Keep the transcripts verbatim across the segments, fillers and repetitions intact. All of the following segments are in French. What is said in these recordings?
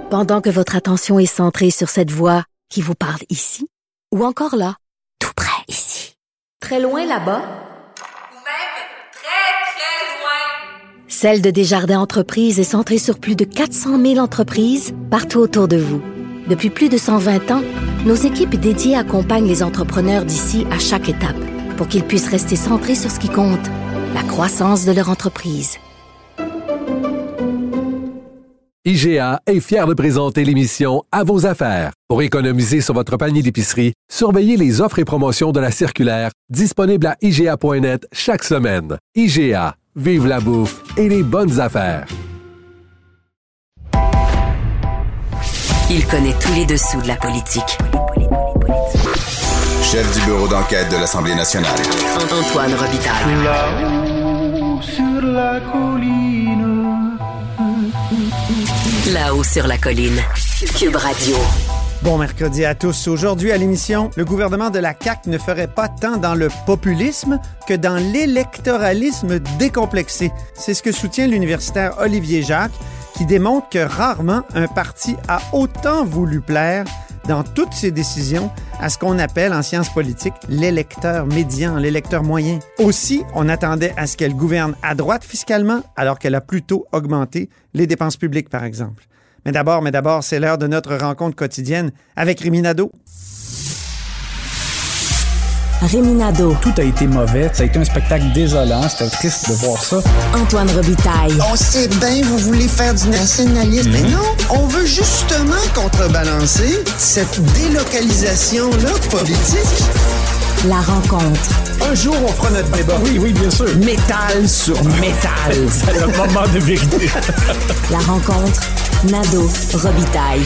Pendant que votre attention est centrée sur cette voix qui vous parle ici, ou encore là, tout près ici, très loin là-bas, ou même très, très loin. Celle de Desjardins Entreprises est centrée sur plus de quatre cent mille entreprises partout autour de vous. Depuis plus de cent vingt ans, nos équipes dédiées accompagnent les entrepreneurs d'ici à chaque étape pour qu'ils puissent rester centrés sur ce qui compte, la croissance de leur entreprise. I G A est fier de présenter l'émission À vos affaires. Pour économiser sur votre panier d'épicerie, surveillez les offres et promotions de la circulaire disponible à I G A point net chaque semaine. I G A, vive la bouffe et les bonnes affaires. Il connaît tous les dessous de la politique. Chef du bureau d'enquête de l'Assemblée nationale. Antoine Robitaille. Là-haut sur la colline. Là-haut sur la colline. Cube Radio. Bon mercredi à tous. Aujourd'hui à l'émission, le gouvernement de la C A Q ne ferait pas tant dans le populisme que dans l'électoralisme décomplexé. C'est ce que soutient l'universitaire Olivier Jacques, qui démontre que rarement un parti a autant voulu plaire dans toutes ses décisions à ce qu'on appelle en sciences politiques l'électeur médian, l'électeur moyen. Aussi, on attendait à ce qu'elle gouverne à droite fiscalement, alors qu'elle a plutôt augmenté les dépenses publiques, par exemple. Mais d'abord, mais d'abord, c'est l'heure de notre rencontre quotidienne avec Rémi Nadeau. Rémi Nadeau. Tout a été mauvais. Ça a été un spectacle désolant. C'était triste de voir ça. Antoine Robitaille. On sait bien, vous voulez faire du nationalisme. Mm-hmm. Mais non, on veut justement contrebalancer cette délocalisation-là politique. La rencontre. Un jour, on fera notre débat. Oui, oui, bien sûr. Métal sur métal. C'est le moment de vérité. La rencontre. Nadeau, Robitaille.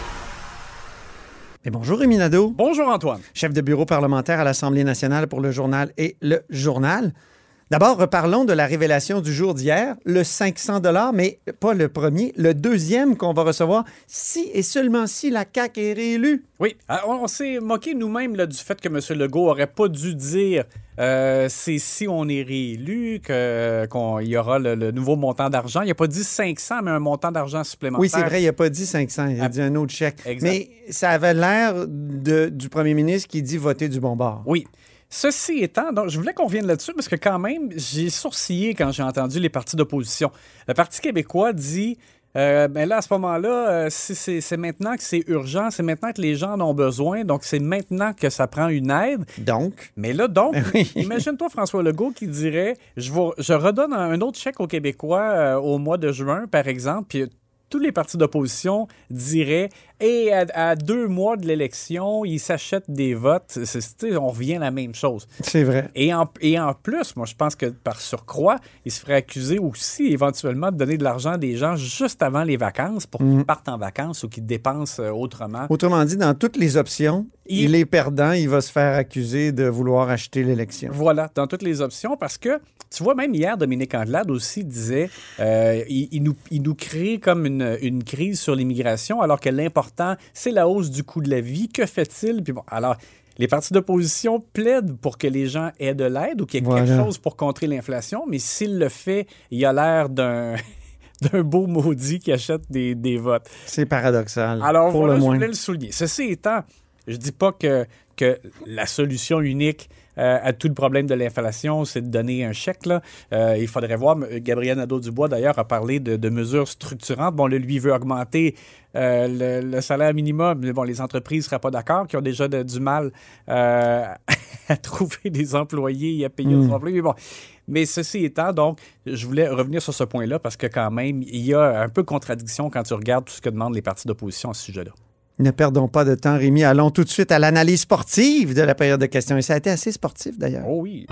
Et bonjour Rémi Nadeau. Bonjour Antoine. Chef de bureau parlementaire à l'Assemblée nationale pour le journal et le journal. D'abord, reparlons de la révélation du jour d'hier, le cinq cents dollars, mais pas le premier, le deuxième qu'on va recevoir si et seulement si la C A Q est réélue. Oui, on, on s'est moqué nous-mêmes là, du fait que M. Legault n'aurait pas dû dire euh, c'est si on est réélu que, qu'il y aura le, le nouveau montant d'argent. Il n'a pas dit cinq cents, mais un montant d'argent supplémentaire. Oui, c'est vrai, il n'a pas dit cinq cents, il a ah, dit un autre chèque. Exact. Mais ça avait l'air de, du premier ministre qui dit voter du bon bord. Oui. Ceci étant, donc, je voulais qu'on revienne là-dessus parce que quand même, j'ai sourcillé quand j'ai entendu les partis d'opposition. Le Parti québécois dit, euh, ben là, à ce moment-là, euh, c'est, c'est, c'est maintenant que c'est urgent, c'est maintenant que les gens en ont besoin, donc c'est maintenant que ça prend une aide. Donc? Mais là, donc, oui. Imagine-toi François Legault qui dirait, je, vous, je redonne un autre chèque aux Québécois euh, au mois de juin, par exemple, puis tous les partis d'opposition diraient et à, à deux mois de l'élection, ils s'achètent des votes. C'est, c'est, on revient à la même chose. C'est vrai. Et en, et en plus, moi, je pense que par surcroît, ils se feraient accuser aussi éventuellement de donner de l'argent à des gens juste avant les vacances pour qu'ils mmh. partent en vacances ou qu'ils dépensent autrement. Autrement dit, dans toutes les options, il, il est perdant, il va se faire accuser de vouloir acheter l'élection. Voilà, dans toutes les options, parce que, tu vois, même hier, Dominique Anglade aussi disait, euh, il, il, nous, il nous crée comme une, une crise sur l'immigration, alors que l'important, c'est la hausse du coût de la vie. Que fait-il? Puis bon, alors, les partis d'opposition plaident pour que les gens aient de l'aide ou qu'il y ait voilà. quelque chose pour contrer l'inflation, mais s'il le fait, il a l'air d'un... d'un beau maudit qui achète des, des votes. C'est paradoxal. Alors, pour voilà, le je moins. voulais le souligner. Ceci étant, je dis pas que, que la solution unique euh, à tout le problème de l'inflation, c'est de donner un chèque. Là. Euh, il faudrait voir, Gabriel Nadeau-Dubois, d'ailleurs, a parlé de, de mesures structurantes. Bon, là, lui, veut augmenter euh, le, le salaire minimum. Mais bon, les entreprises ne seraient pas d'accord, qui ont déjà de, du mal euh, à trouver des employés et à payer mmh. leurs employés. Mais bon... Mais ceci étant, donc, je voulais revenir sur ce point-là parce que quand même, il y a un peu de contradiction quand tu regardes tout ce que demandent les partis d'opposition à ce sujet-là. Ne perdons pas de temps, Rémi. Allons tout de suite à l'analyse sportive de la période de questions. Et ça a été assez sportif, d'ailleurs. Oh oui.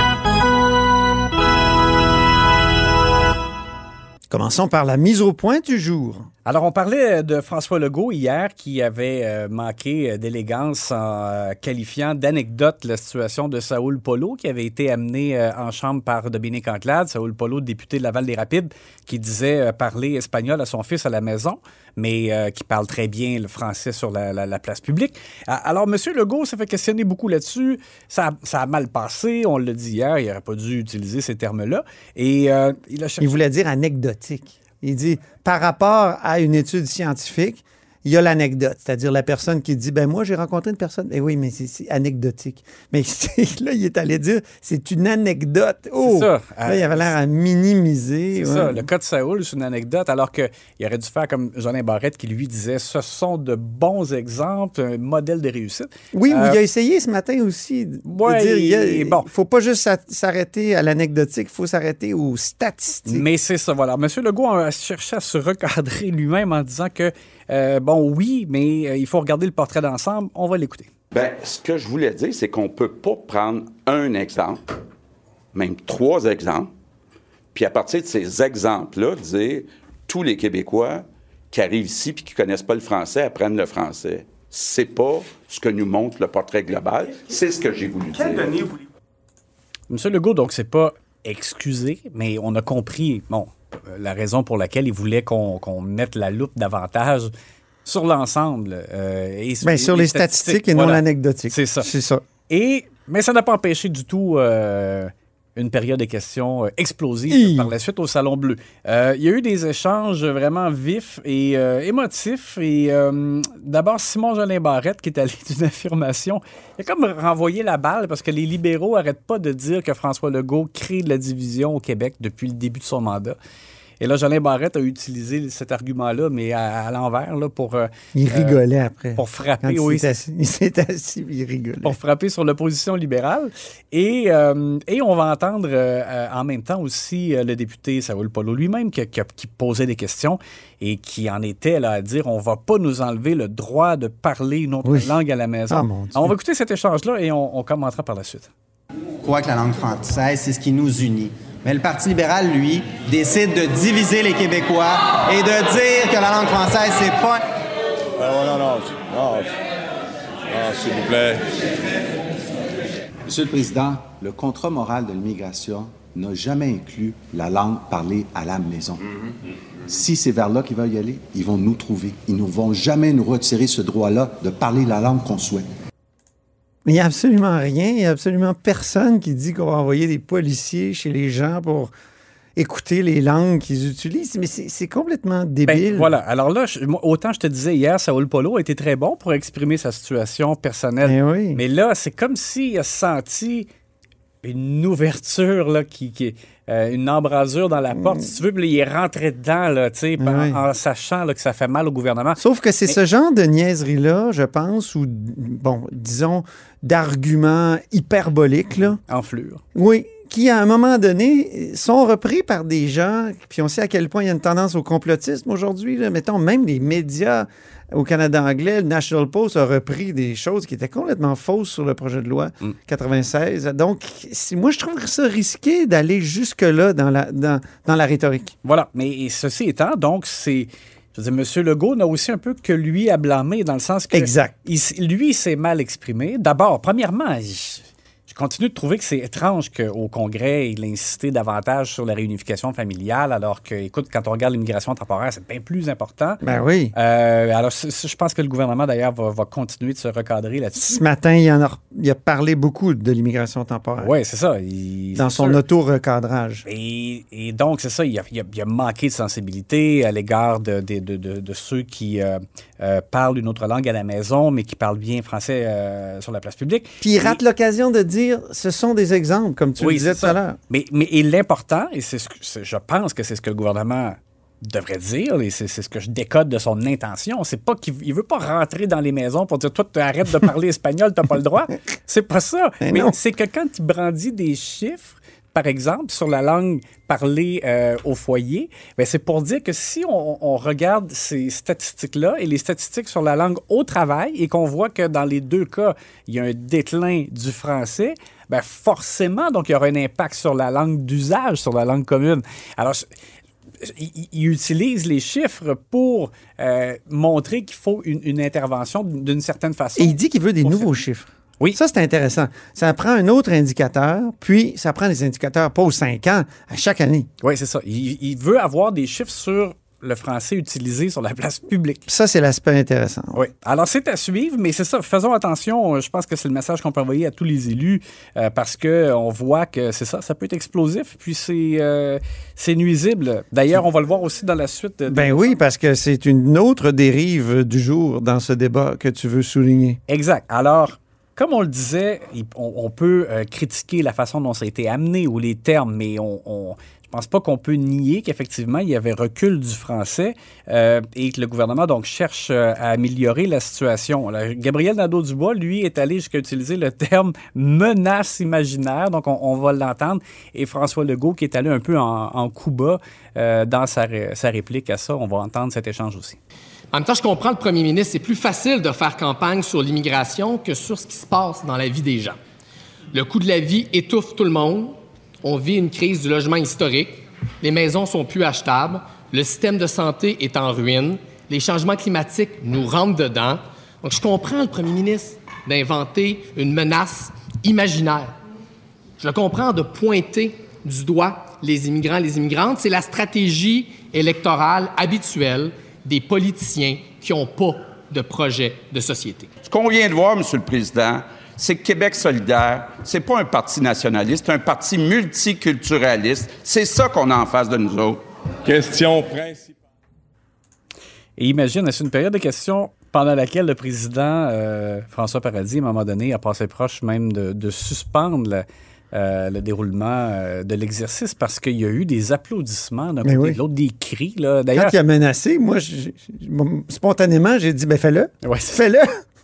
Commençons par la mise au point du jour. Alors, on parlait de François Legault hier qui avait euh, manqué d'élégance en euh, qualifiant d'anecdote la situation de Saúl Polo qui avait été amené euh, en chambre par Dominique Anglade. Saúl Polo, député de Laval-des-Rapides, qui disait euh, parler espagnol à son fils à la maison, mais euh, qui parle très bien le français sur la, la, la place publique. Alors, M. Legault s'est fait questionner beaucoup là-dessus. Ça, ça a mal passé, on l'a dit hier, il n'aurait pas dû utiliser ces termes-là. Et euh, il a cherché... Il voulait dire anecdotique. Il dit, par rapport à une étude scientifique, il y a l'anecdote, c'est-à-dire la personne qui dit, ben moi, j'ai rencontré une personne. Eh oui, mais c'est, c'est anecdotique. Mais là, il est allé dire, c'est une anecdote. Oh! C'est ça. Là, il avait l'air à minimiser. C'est ouais. ça. Le cas de Saoul, c'est une anecdote, alors qu'il aurait dû faire comme Jolin Barrette qui lui disait, ce sont de bons exemples, un modèle de réussite. Oui, euh, il a essayé ce matin aussi de ouais, dire, il ne bon. faut pas juste s'arrêter à l'anecdotique, il faut s'arrêter aux statistiques. Mais c'est ça, voilà. M. Legault a cherché à se recadrer lui-même en disant que Euh, bon, oui, mais euh, il faut regarder le portrait d'ensemble. On va l'écouter. Bien, ce que je voulais dire, c'est qu'on ne peut pas prendre un exemple, même trois exemples, puis à partir de ces exemples-là, dire tous les Québécois qui arrivent ici et qui ne connaissent pas le français apprennent le français. C'est pas ce que nous montre le portrait global. C'est ce que j'ai voulu dire. M. Legault, donc, c'est pas excusé, mais on a compris, bon, la raison pour laquelle il voulait qu'on, qu'on mette la loupe davantage sur l'ensemble. Euh, et Bien, sur les, les statistiques, statistiques et voilà. non l'anecdotique. C'est ça. C'est ça. Et, mais ça n'a pas empêché du tout euh, une période de questions euh, explosive Hi. par la suite au Salon Bleu. Euh, il y a eu des échanges vraiment vifs et euh, émotifs. Et euh, d'abord, Simon Jolin Barrette, qui est allé d'une affirmation, il a comme renvoyé la balle parce que les libéraux n'arrêtent pas de dire que François Legault crée de la division au Québec depuis le début de son mandat. Et là, Jolin Barrette a utilisé cet argument-là, mais à, à l'envers, là, pour... Euh, il rigolait après. Pour frapper, Quand oui. Il s'est assis, il s'est assis, il rigolait. Pour frapper sur l'opposition libérale. Et, euh, et on va entendre euh, en même temps aussi euh, le député Saoul Polo lui-même qui, qui, qui posait des questions et qui en était là à dire on va pas nous enlever le droit de parler une autre oui. langue à la maison. Ah, mon Dieu. Alors, on va écouter cet échange-là et on, on commentera par la suite. Je crois que la langue française, c'est ce qui nous unit. Mais le Parti libéral, lui, décide de diviser les Québécois et de dire que la langue française, c'est pas... Euh, non, non, non, non, s'il vous plaît. Monsieur le Président, le contrat moral de l'immigration n'a jamais inclus la langue parlée à la maison. Mm-hmm. Si c'est vers là qu'ils veulent y aller, ils vont nous trouver. Ils ne vont jamais nous retirer ce droit-là de parler la langue qu'on souhaite. Mais il n'y a absolument rien, il n'y a absolument personne qui dit qu'on va envoyer des policiers chez les gens pour écouter les langues qu'ils utilisent. Mais c'est, c'est complètement débile. Ben, voilà. Alors là, je, autant je te disais hier, Saoul Polo a été très bon pour exprimer sa situation personnelle. Mais, oui. Mais là, c'est comme s'il a senti une ouverture, là, qui, qui euh, une embrasure dans la porte, mmh. si tu veux, puis il est rentré dedans, là, tu sais, oui. en, en sachant là, que ça fait mal au gouvernement. Sauf que c'est Mais... ce genre de niaiserie-là, je pense, ou, bon, disons, d'arguments hyperboliques, là. Enflure. Oui, qui, à un moment donné, sont repris par des gens, puis on sait à quel point il y a une tendance au complotisme aujourd'hui, là. Mettons, même les médias au Canada anglais, le National Post a repris des choses qui étaient complètement fausses sur le projet de loi mm. quatre-vingt-seize. Donc, c'est, moi, je trouve ça risqué d'aller jusque-là dans la, dans, dans la rhétorique. Voilà. Mais ceci étant, donc, c'est... Je veux dire, M. Legault n'a aussi un peu que lui à blâmer, dans le sens que... Exact. Il, lui, il s'est mal exprimé. D'abord, premièrement... Il... Je continue de trouver que c'est étrange qu'au Congrès, il ait insisté davantage sur la réunification familiale, alors que, écoute, quand on regarde l'immigration temporaire, c'est bien plus important. Ben oui. Euh, alors, je pense que le gouvernement, d'ailleurs, va, va continuer de se recadrer là-dessus. Ce matin, il, en a, il a parlé beaucoup de l'immigration temporaire. Oui, c'est ça. Il, Dans c'est son sûr. auto-recadrage. Et, et donc, c'est ça, il a, il, a, il a manqué de sensibilité à l'égard de, de, de, de, de ceux qui euh, euh, parlent une autre langue à la maison, mais qui parlent bien français euh, sur la place publique. Puis il rate et, l'occasion de dire ce sont des exemples, comme tu oui, le disais tout à l'heure. Mais, mais et l'important, et c'est ce que, c'est, je pense que c'est ce que le gouvernement devrait dire, et c'est, c'est ce que je décode de son intention, c'est pas qu'il il veut pas rentrer dans les maisons pour dire « Toi, tu arrêtes de parler espagnol, t'as pas le droit ». C'est pas ça. Mais, mais c'est que quand il brandit des chiffres, par exemple, sur la langue parlée euh, au foyer, bien, c'est pour dire que si on, on regarde ces statistiques-là et les statistiques sur la langue au travail et qu'on voit que dans les deux cas, il y a un déclin du français, bien, forcément, donc il y aura un impact sur la langue d'usage, sur la langue commune. Alors, il, il utilise les chiffres pour euh, montrer qu'il faut une, une intervention d'une certaine façon. Et il dit qu'il veut des nouveaux faire... chiffres. Oui. Ça, c'est intéressant. Ça prend un autre indicateur, puis ça prend des indicateurs pas aux cinq ans, à chaque année. Oui, c'est ça. Il, il veut avoir des chiffres sur le français utilisé sur la place publique. Ça, c'est l'aspect intéressant. Oui. Alors, c'est à suivre, mais c'est ça. Faisons attention. Je pense que c'est le message qu'on peut envoyer à tous les élus euh, parce qu'on voit que c'est ça, ça peut être explosif, puis c'est, euh, c'est nuisible. D'ailleurs, on va le voir aussi dans la suite. De... Ben oui, parce que c'est une autre dérive du jour dans ce débat que tu veux souligner. Exact. Alors, comme on le disait, on, on peut euh, critiquer la façon dont ça a été amené ou les termes, mais on... on Je pense pas qu'on peut nier qu'effectivement, il y avait recul du français euh, et que le gouvernement donc cherche euh, à améliorer la situation. Là, Gabriel Nadeau-Dubois, lui, est allé jusqu'à utiliser le terme « menace imaginaire », donc on, on va l'entendre, et François Legault qui est allé un peu en, en coup bas euh, dans sa, ré, sa réplique à ça. On va entendre cet échange aussi. En même temps, je comprends le premier ministre, c'est plus facile de faire campagne sur l'immigration que sur ce qui se passe dans la vie des gens. Le coût de la vie étouffe tout le monde. On vit une crise du logement historique. Les maisons sont plus achetables. Le système de santé est en ruine. Les changements climatiques nous rentrent dedans. Donc, je comprends le premier ministre d'inventer une menace imaginaire. Je le comprends de pointer du doigt les immigrants, les immigrantes. C'est la stratégie électorale habituelle des politiciens qui n'ont pas de projet de société. Ce qu'on vient de voir, M. le Président, c'est que Québec solidaire, c'est pas un parti nationaliste, c'est un parti multiculturaliste. C'est ça qu'on a en face de nous autres. Question principale. Et imagine, c'est une période de questions pendant laquelle le président euh, François Paradis, à un moment donné, a passé proche même de, de suspendre le, euh, le déroulement euh, de l'exercice parce qu'il y a eu des applaudissements d'un côté oui. de l'autre, des cris. Là. D'ailleurs, quand il a menacé, moi, j', j', spontanément, j'ai dit, ben fais-le. Ouais, fais-le.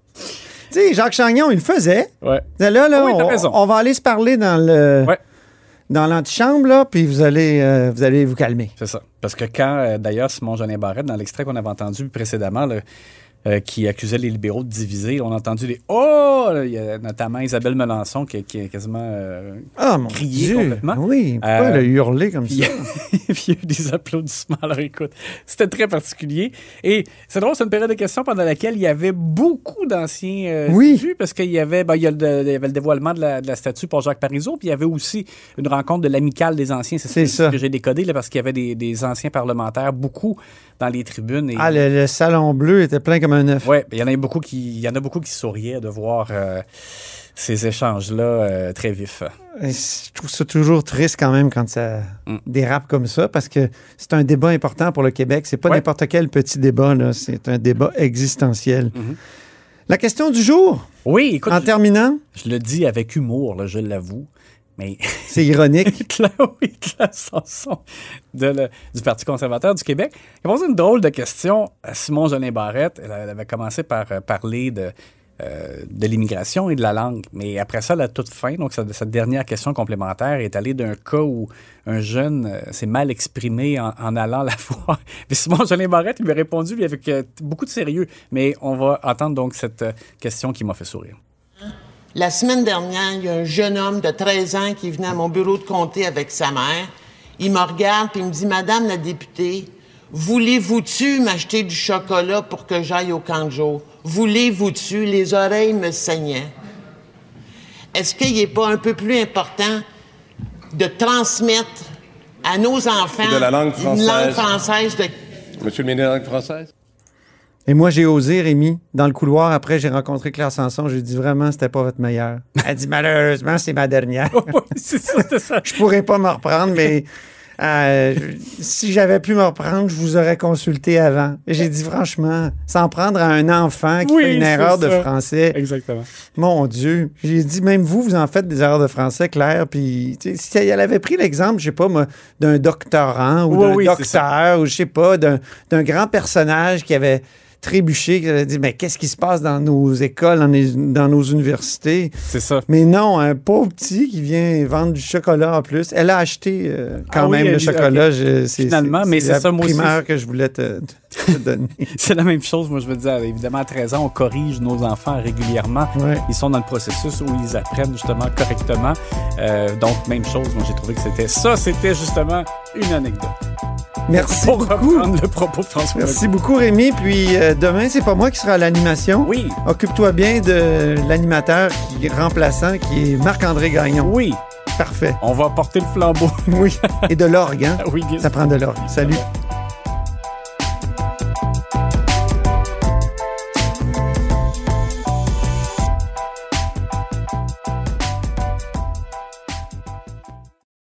Tu sais, Jacques Chagnon, il le faisait. Ouais. Là, là, oui, on, on va aller se parler dans le ouais. dans l'antichambre, là, puis vous allez, euh, vous allez vous calmer. C'est ça. Parce que quand, euh, d'ailleurs, Simon-Jolin Barrette, dans l'extrait qu'on avait entendu précédemment, là, euh, qui accusait les libéraux de diviser, on a entendu des « Oh! » Il y a notamment Isabelle Melançon qui, qui a quasiment euh, ah, mon crié Dieu. complètement. Oui, pourquoi euh, elle a hurlé comme ça? Puis il y a eu des applaudissements. Alors écoute, c'était très particulier. Et c'est drôle, c'est une période de questions pendant laquelle il y avait beaucoup d'anciens euh, oui. élus, parce qu'il y avait, ben, il y a le, il y avait le dévoilement de la, de la statue pour Jacques Parizeau, puis il y avait aussi une rencontre de l'amicale des anciens. C'est, c'est ça que j'ai décodé, là, parce qu'il y avait des, des anciens parlementaires, beaucoup dans les tribunes. Et... Ah, le, le salon bleu était plein comme un œuf. Oui, il y en a beaucoup qui, il y en a beaucoup qui souriaient de voir euh, ces échanges-là euh, très vifs. Et je trouve ça toujours triste quand même quand ça mm. dérape comme ça, parce que c'est un débat important pour le Québec. C'est pas ouais. n'importe quel petit débat, là. C'est un débat existentiel. Mm-hmm. La question du jour. Oui, écoute. En terminant. Je, je le dis avec humour, là, je l'avoue. Mais c'est ironique. Là, oui, la chanson de le, du Parti conservateur du Québec. Il a posé une drôle de question à Simon-Jolin Barrette. Elle, elle avait commencé par euh, parler de, euh, de l'immigration et de la langue. Mais après ça, à la toute fin, donc cette, cette dernière question complémentaire est allée d'un cas où un jeune euh, s'est mal exprimé en, en allant la voir. Puis Simon-Jolin Barrette lui a répondu lui, avec euh, beaucoup de sérieux. Mais on va entendre donc cette euh, question qui m'a fait sourire. La semaine dernière, il y a un jeune homme de treize ans qui venait à mon bureau de comté avec sa mère. Il me regarde et il me dit « Madame la députée, voulez-vous-tu m'acheter du chocolat pour que j'aille au camp de jour? Voulez-vous-tu? Les oreilles me saignaient. Est-ce qu'il n'est pas un peu plus important de transmettre à nos enfants de la langue française. une langue française de... Monsieur le ministre de la langue française? Et moi, j'ai osé, Rémi, dans le couloir. Après, j'ai rencontré Claire Sanson. J'ai dit vraiment, c'était pas votre meilleure. Elle dit malheureusement, c'est ma dernière. Oui, c'est ça, c'est ça. Je pourrais pas me reprendre, mais euh, si j'avais pu me reprendre, je vous aurais consulté avant. Et j'ai dit franchement, s'en prendre à un enfant qui oui, fait une erreur ça. de français. Exactement. Mon Dieu. J'ai dit, même vous, vous en faites des erreurs de français, Claire. Puis, si elle avait pris l'exemple, je sais pas, moi, d'un doctorant ou oui, d'un oui, docteur ou je sais pas, d'un, d'un grand personnage qui avait trébuché, qui avait dit, mais qu'est-ce qui se passe dans nos écoles, dans, les, dans nos universités? C'est ça. Mais non, un pauvre petit qui vient vendre du chocolat en plus. Elle a acheté euh, quand ah même oui, le chocolat. Okay. Je, c'est, Finalement, c'est, mais c'est, c'est la ça, moi primaire aussi. que je voulais te, te donner. C'est la même chose, moi je veux dire. Évidemment, à treize ans, on corrige nos enfants régulièrement. Ouais. Ils sont dans le processus où ils apprennent justement correctement. Euh, donc, même chose, moi j'ai trouvé que c'était ça, c'était justement une anecdote. Merci pour beaucoup. reprendre le propos de François. Merci beaucoup, Rémi. Puis euh, demain, c'est pas moi qui sera à l'animation. Oui. Occupe-toi bien de l'animateur qui est remplaçant, qui est Marc-André Gagnon. Oui. Parfait. On va porter le flambeau. Oui. Et de l'orgue, hein? Oui, bien Ça prend de l'orgue. Salut.